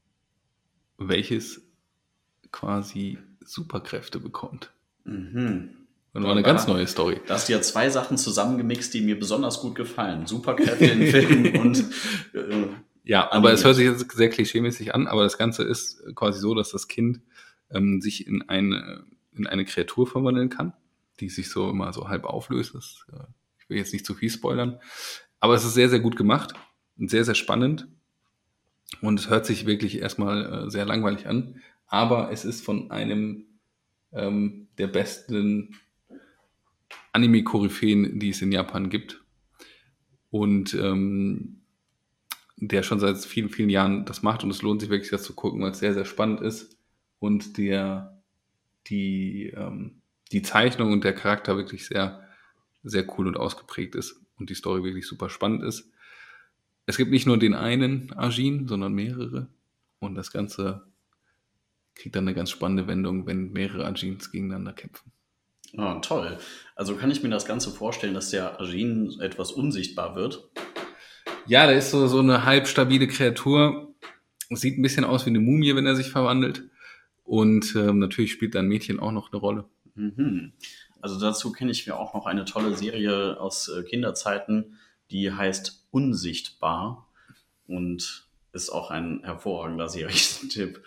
welches quasi Superkräfte bekommt. Mhm. Und war eine ganz neue Story. Da hast du ja zwei Sachen zusammengemixt, die mir besonders gut gefallen. Superkräfte in Filmen und äh, ja, aber Anime. Es hört sich jetzt sehr klischeemäßig an, aber das Ganze ist quasi so, dass das Kind ähm, sich in eine, in eine Kreatur verwandeln kann, die sich so immer so halb auflöst. Das, äh, ich will jetzt nicht zu viel spoilern, aber es ist sehr, sehr gut gemacht und sehr, sehr spannend. Und es hört sich wirklich erstmal äh, sehr langweilig an, aber es ist von einem ähm, der besten Anime-Koryphäen, die es in Japan gibt. Und ähm, der schon seit vielen, vielen Jahren das macht. Und es lohnt sich wirklich, das zu gucken, weil es sehr, sehr spannend ist. Und der, die, ähm, die Zeichnung und der Charakter wirklich sehr, sehr cool und ausgeprägt ist. Und die Story wirklich super spannend ist. Es gibt nicht nur den einen Ajin, sondern mehrere. Und das Ganze kriegt dann eine ganz spannende Wendung, wenn mehrere Ajins gegeneinander kämpfen. Oh, toll. Also kann ich mir das Ganze vorstellen, dass der Ajin etwas unsichtbar wird? Ja, der ist so, so eine halb stabile Kreatur. Sieht ein bisschen aus wie eine Mumie, wenn er sich verwandelt. Und ähm, natürlich spielt ein Mädchen auch noch eine Rolle. Mhm. Also dazu kenne ich mir auch noch eine tolle Serie aus äh, Kinderzeiten, die heißt Unsichtbar und ist auch ein hervorragender Serientipp.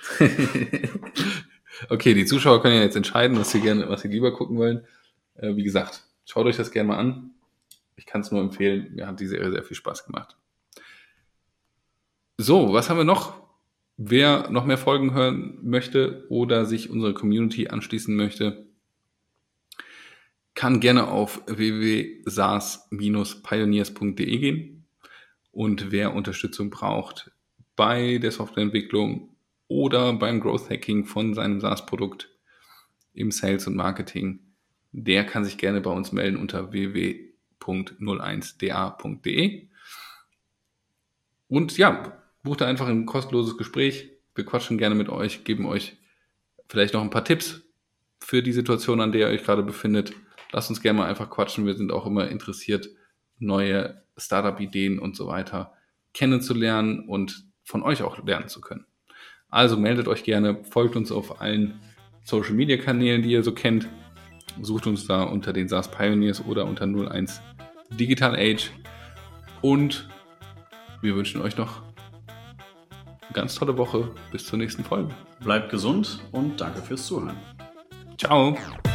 Okay, die Zuschauer können ja jetzt entscheiden, was sie gerne, was sie lieber gucken wollen. Äh, wie gesagt, schaut euch das gerne mal an. Ich kann es nur empfehlen. Mir hat die Serie sehr viel Spaß gemacht. So, was haben wir noch? Wer noch mehr Folgen hören möchte oder sich unserer Community anschließen möchte, kann gerne auf w w w punkt saas Bindestrich pioneers punkt de gehen. Und wer Unterstützung braucht bei der Softwareentwicklung oder beim Growth Hacking von seinem SaaS-Produkt im Sales und Marketing, der kann sich gerne bei uns melden unter w w w punkt null eins d a punkt de. Und ja, bucht da einfach ein kostenloses Gespräch. Wir quatschen gerne mit euch, geben euch vielleicht noch ein paar Tipps für die Situation, an der ihr euch gerade befindet. Lasst uns gerne mal einfach quatschen. Wir sind auch immer interessiert, neue Startup-Ideen und so weiter kennenzulernen und von euch auch lernen zu können. Also meldet euch gerne, folgt uns auf allen Social Media Kanälen, die ihr so kennt. Sucht uns da unter den SaaS Pioneers oder unter null eins Digital Age. Und wir wünschen euch noch eine ganz tolle Woche. Bis zur nächsten Folge. Bleibt gesund und danke fürs Zuhören. Ciao.